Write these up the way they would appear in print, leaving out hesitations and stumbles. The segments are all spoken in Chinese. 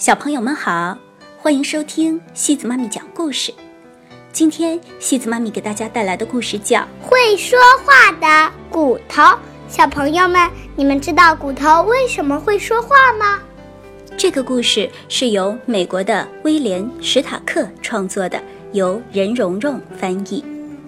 小朋友们好，欢迎收听西子妈咪讲故事。今天西子妈咪给大家带来的故事叫《 会说话的骨头》。小朋友们，你们知道骨头为什么会说话吗？ 这个故事是由美国的威廉·史塔克创作的，由任蓉蓉翻译。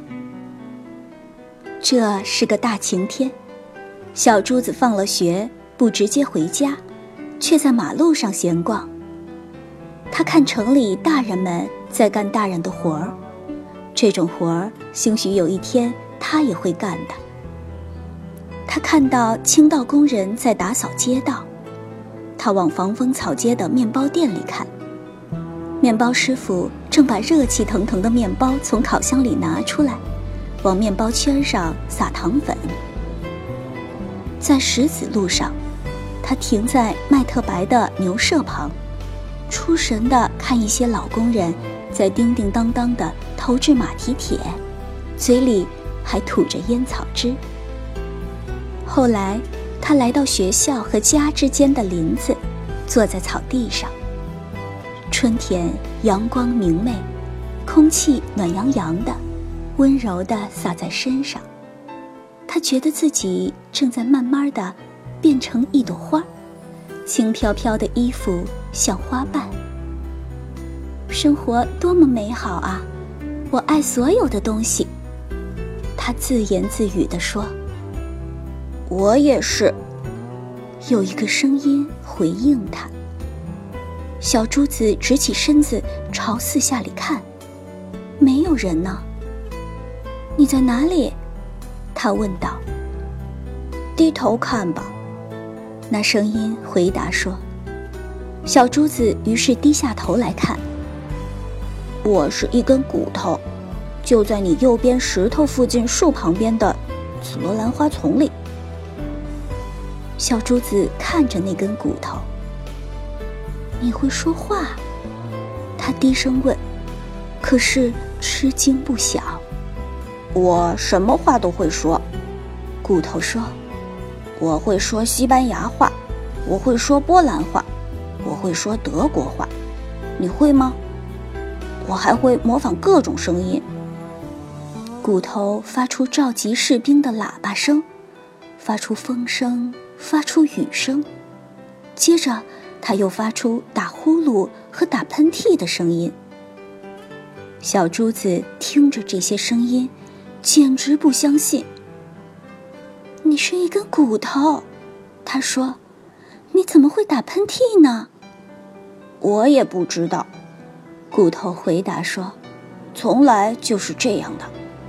这是个大晴天，小珠子放了学不直接回家，却在马路上闲逛。他看城里大人们在干大人的活儿，这种活儿兴许有一天他也会干的。他看到清道工人在打扫街道，他往防风草街的面包店里看，面包师傅正把热气腾腾的面包从烤箱里拿出来，往面包圈上撒糖粉。在石子路上，他停在麦特白的牛舍旁，出神地看一些老工人在叮叮当当地投掷马蹄铁，嘴里还吐着烟草汁。后来他来到学校和家之间的林子，坐在草地上。春天阳光明媚，空气暖洋洋的，温柔地洒在身上。他觉得自己正在慢慢地变成一朵花，轻飘飘的衣服像花瓣。生活多么美好啊，我爱所有的东西，他自言自语地说。我也是，有一个声音回应他。小珠子直起身子朝四下里看，没有人呢。你在哪里？他问道。低头看吧，那声音回答说。小珠子于是低下头来看。我是一根骨头，就在你右边石头附近树旁边的紫罗兰花丛里。小珠子看着那根骨头。你会说话？他低声问，可是吃惊不小。我什么话都会说，骨头说。我会说西班牙话，我会说波兰话，我会说德国话。你会吗？我还会模仿各种声音。骨头发出召集士兵的喇叭声，发出风声，发出雨声，接着他又发出打呼噜和打喷嚏的声音。小珠子听着这些声音，简直不相信。你是一根骨头，他说，你怎么会打喷嚏呢？我也不知道，骨头回答说，从来就是这样的。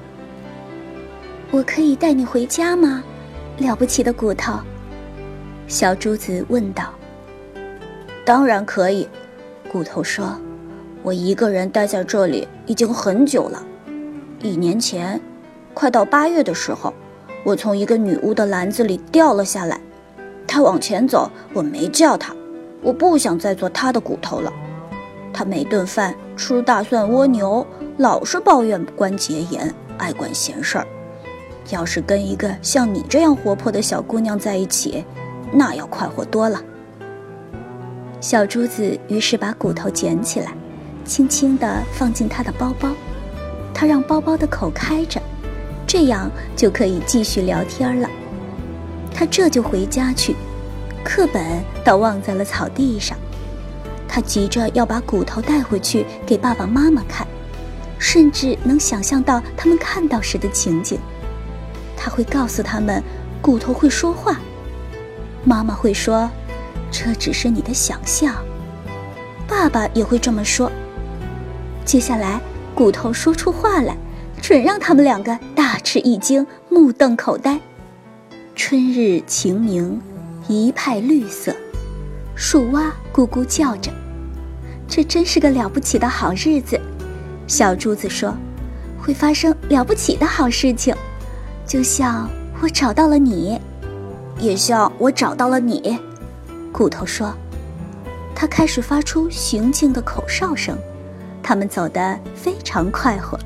我可以带你回家吗，了不起的骨头？小珠子问道。当然可以，骨头说，我一个人待在这里已经很久了。1年前，快到8月的时候，我从一个女巫的篮子里掉了下来。她往前走，我没叫她，我不想再做她的骨头了。她每顿饭吃大蒜蜗牛，老是抱怨关节炎，爱管闲事儿。要是跟一个像你这样活泼的小姑娘在一起，那要快活多了。小珠子于是把骨头捡起来，轻轻地放进她的包包。她让包包的口开着，这样就可以继续聊天了。她这就回家去，课本倒忘在了草地上。她急着要把骨头带回去给爸爸妈妈看，甚至能想象到他们看到时的情景。她会告诉他们，骨头会说话。妈妈会说，这只是你的想象。爸爸也会这么说。接下来，骨头说出话来，准让他们2个大吃一惊，目瞪口呆。春日晴明，一派绿色，树蛙咕咕叫着。这真是个了不起的好日子，小珠子说，会发生了不起的好事情，就像我找到了你，也像我找到了你，骨头说。他开始发出行进的口哨声，他们走得非常快活。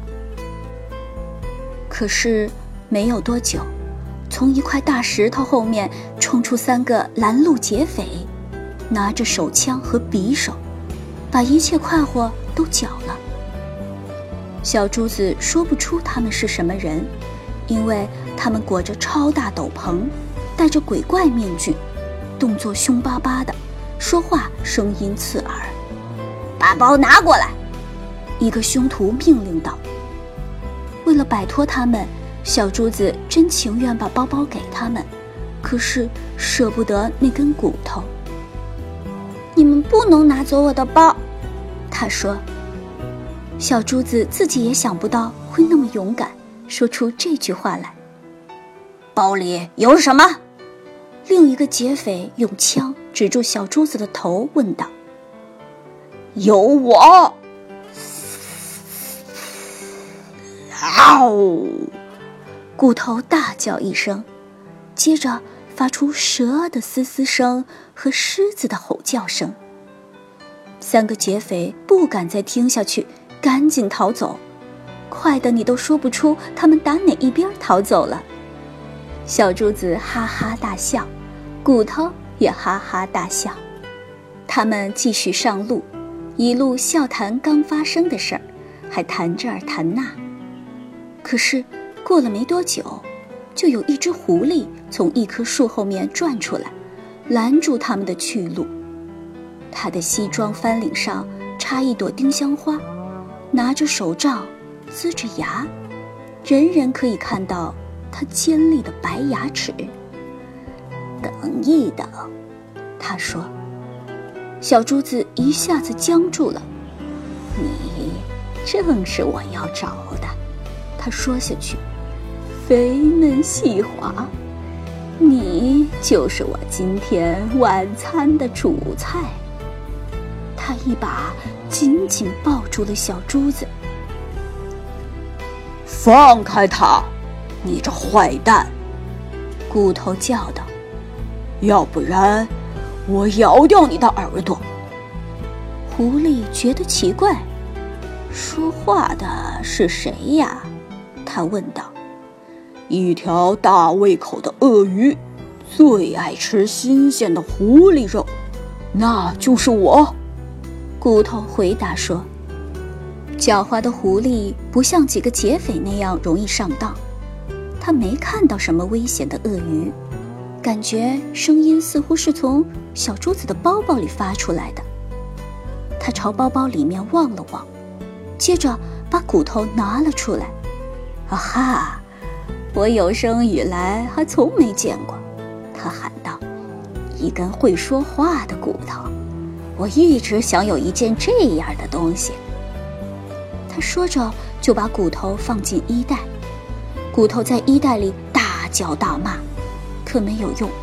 可是没有多久，从一块大石头后面冲出3个拦路劫匪，拿着手枪和匕首， 把一切快活都搅了。小珠子说不出他们是什么人，因为他们裹着超大斗篷，戴着鬼怪面具，动作凶巴巴的，说话声音刺耳。把包拿过来，一个凶徒命令道。为了摆脱他们，小珠子真情愿把包包给他们，可是舍不得那根骨头。你们不能拿走我的包，他说。小珠子自己也想不到会那么勇敢，说出这句话来。包里有什么？另一个劫匪用枪指住小珠子的头问道。有我！嗷！骨头大叫一声，接着发出蛇的嘶嘶声和狮子的吼叫声。三个劫匪不敢再听下去，赶紧逃走，快得你都说不出他们打哪一边逃走了。小珠子哈哈大笑，骨头也哈哈大笑。他们继续上路，一路笑谈刚发生的事儿，还谈这儿谈那。可是过了没多久，就有一只狐狸从一棵树后面转出来，拦住他们的去路。他的西装翻领上插一朵丁香花，拿着手杖，呲着牙，人人可以看到他尖利的白牙齿。等一等，他说。小珠子一下子僵住了。你正是我要找的，他说下去，肥嫩细滑，你就是我今天晚餐的主菜。他一把紧紧抱住了小珠子。放开他，你这坏蛋！骨头叫道，要不然我咬掉你的耳朵。狐狸觉得奇怪，说话的是谁呀？他问道。一条大胃口的鳄鱼，最爱吃新鲜的狐狸肉，那就是我。骨头回答说。狡猾的狐狸不像几个劫匪那样容易上当，他没看到什么危险的鳄鱼，感觉声音似乎是从小珠子的包包里发出来的。他朝包包里面望了望，接着把骨头拿了出来。啊哈，我有生以来还从没见过，他喊道，一根会说话的骨头，我一直想有一件这样的东西。他说着就把骨头放进衣袋，骨头在衣袋里大叫大骂，可没有用。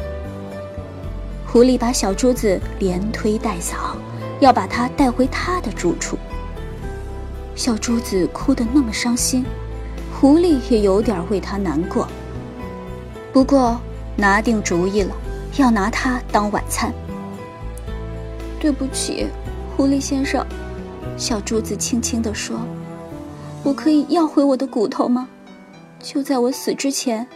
狐狸把小珠子连推带搡，要把它带回他的住处。小珠子哭得那么伤心，狐狸也有点为他难过，不过拿定主意了，要拿它当晚餐。对不起，狐狸先生，小珠子轻轻地说，我可以要回我的骨头吗？就在我死之前。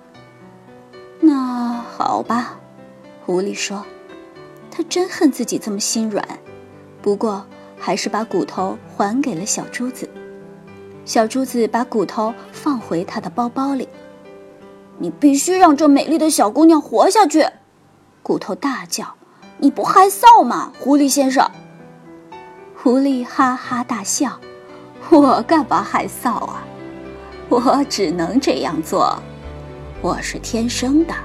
那好吧，狐狸说，他真恨自己这么心软，不过还是把骨头还给了小珠子。小珠子把骨头放回他的包包里。你必须让这美丽的小姑娘活下去！骨头大叫，你不害臊吗，狐狸先生？狐狸哈哈大笑，我干嘛害臊啊？我只能这样做，我是天生的。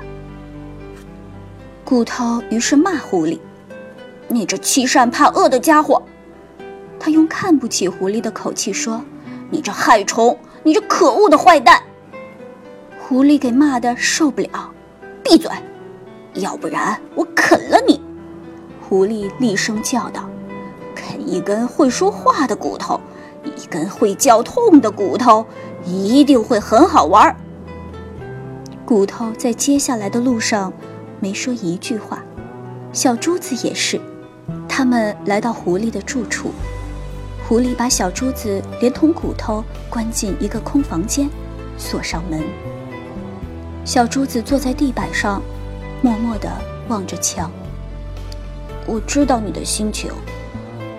骨头于是骂狐狸，你这欺善怕恶的家伙。他用看不起狐狸的口气说，你这害虫，你这可恶的坏蛋。狐狸给骂得受不了，闭嘴，要不然我啃了你。狐狸厉声叫道，啃一根会说话的骨头，一根会叫痛的骨头，一定会很好玩。骨头在接下来的路上没说一句话，小珠子也是。他们来到狐狸的住处，狐狸把小珠子连同骨头关进一个空房间，锁上门。小珠子坐在地板上，默默地望着墙。我知道你的心情，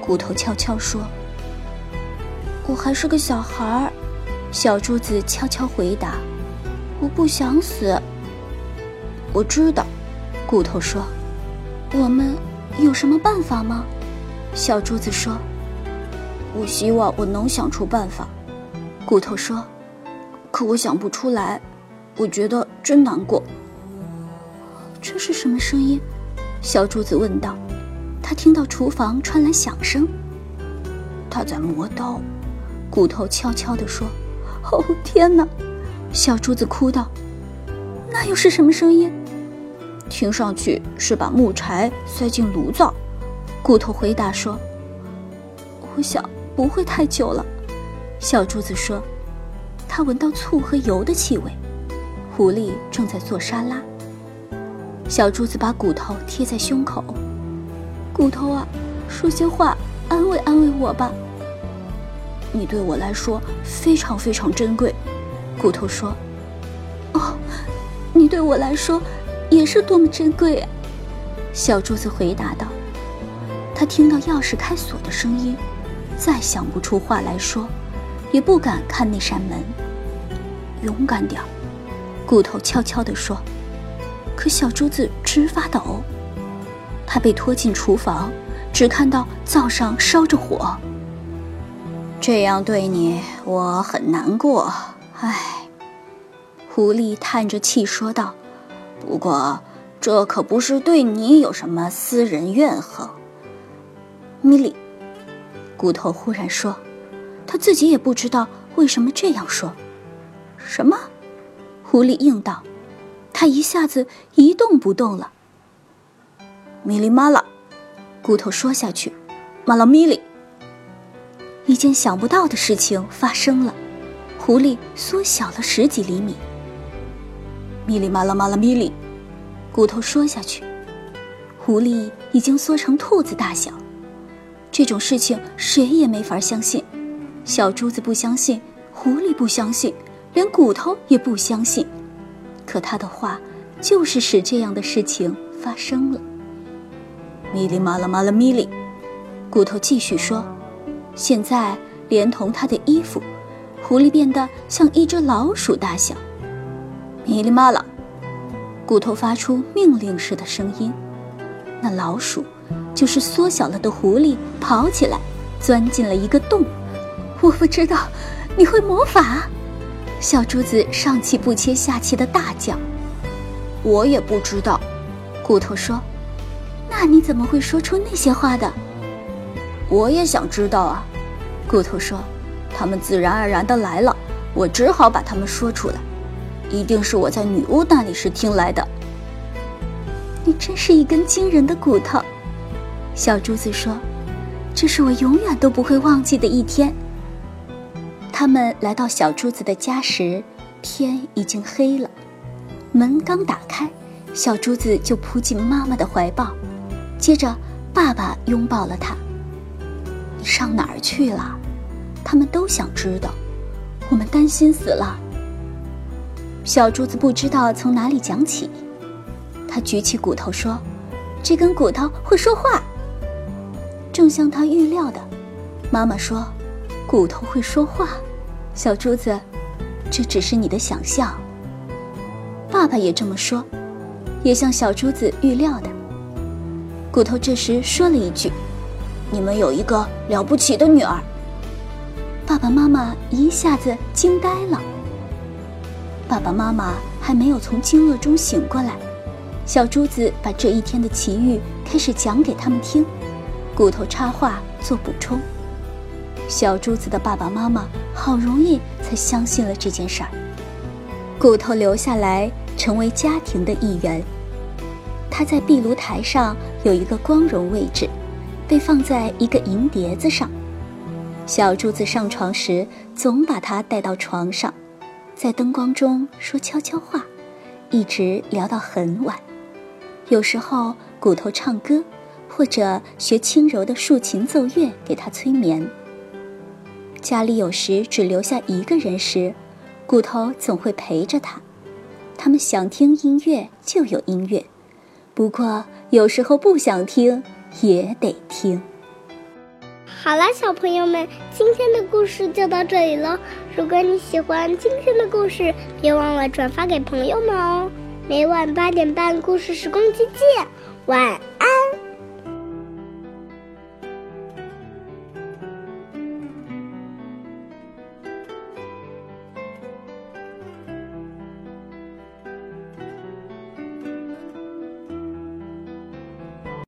骨头悄悄说。我还是个小孩。小珠子悄悄回答，我不想死。我知道，骨头说。我们有什么办法吗？小珠子说。我希望我能想出办法，骨头说。可我想不出来，我觉得真难过。这是什么声音？小珠子问道。他听到厨房传来响声。他在磨刀，骨头悄悄地说。哦，天哪！小珠子哭道。那又是什么声音？听上去是把木柴塞进炉灶，骨头回答说。我想不会太久了，小珠子说。他闻到醋和油的气味。狐狸正在做沙拉。小珠子把骨头贴在胸口。骨头啊，说些话安慰安慰我吧。你对我来说非常非常珍贵，骨头说。哦，你对我来说也是多么珍贵啊，小珠子回答道。他听到钥匙开锁的声音，再想不出话来说，也不敢看那扇门。勇敢点，骨头悄悄地说。可小珠子直发抖。他被拖进厨房，只看到灶上烧着火。这样对你，我很难过，唉。狐狸叹着气说道。不过，这可不是对你有什么私人怨恨。米莉，骨头忽然说，他自己也不知道为什么这样说。什么？狐狸应道。他一下子一动不动了。米莉妈了，骨头说下去。妈了米莉。一件想不到的事情发生了，狐狸缩小了10几厘米。米莉妈了妈了米莉，骨头说下去。狐狸已经缩成兔子大小。这种事情谁也没法相信。小珠子不相信，狐狸不相信，连骨头也不相信。可他的话就是使这样的事情发生了。米莉妈了妈了米莉，骨头继续说。现在连同他的衣服，狐狸变得像一只老鼠大小。米莉妈了，骨头发出命令似的声音。那老鼠就是缩小了的狐狸跑起来，钻进了一个洞。我不知道你会魔法，小珠子上气不接下气的大叫。我也不知道，骨头说。那你怎么会说出那些话的？我也想知道啊，骨头说。他们自然而然地来了，我只好把它们说出来。一定是我在女巫那里时听来的。你真是一根惊人的骨头，小珠子说。这是我永远都不会忘记的一天。他们来到小珠子的家时，天已经黑了。门刚打开，小珠子就扑进妈妈的怀抱，接着爸爸拥抱了她。你上哪儿去了？他们都想知道。我们担心死了。小珠子不知道从哪里讲起。他举起骨头说，这根骨头会说话。正像他预料的，妈妈说，骨头会说话。小珠子，这只是你的想象。爸爸也这么说，也像小珠子预料的。骨头这时说了一句，你们有一个了不起的女儿。爸爸妈妈一下子惊呆了。爸爸妈妈还没有从惊愕中醒过来，小珠子把这一天的奇遇开始讲给他们听，骨头插话做补充。小珠子的爸爸妈妈好容易才相信了这件事儿。骨头留下来成为家庭的一员。他在壁炉台上有一个光荣位置，被放在一个银碟子上。小珠子上床时总把它带到床上，在灯光中说悄悄话，一直聊到很晚。有时候骨头唱歌，或者学轻柔的竖琴奏乐给他催眠。家里有时只留下一个人时，骨头总会陪着他。他们想听音乐就有音乐，不过有时候不想听也得听。 好了，小朋友们，今天的故事就到这里了。如果你喜欢今天的故事，别忘了转发给朋友们哦。每晚8点半，故事时光机见，晚安。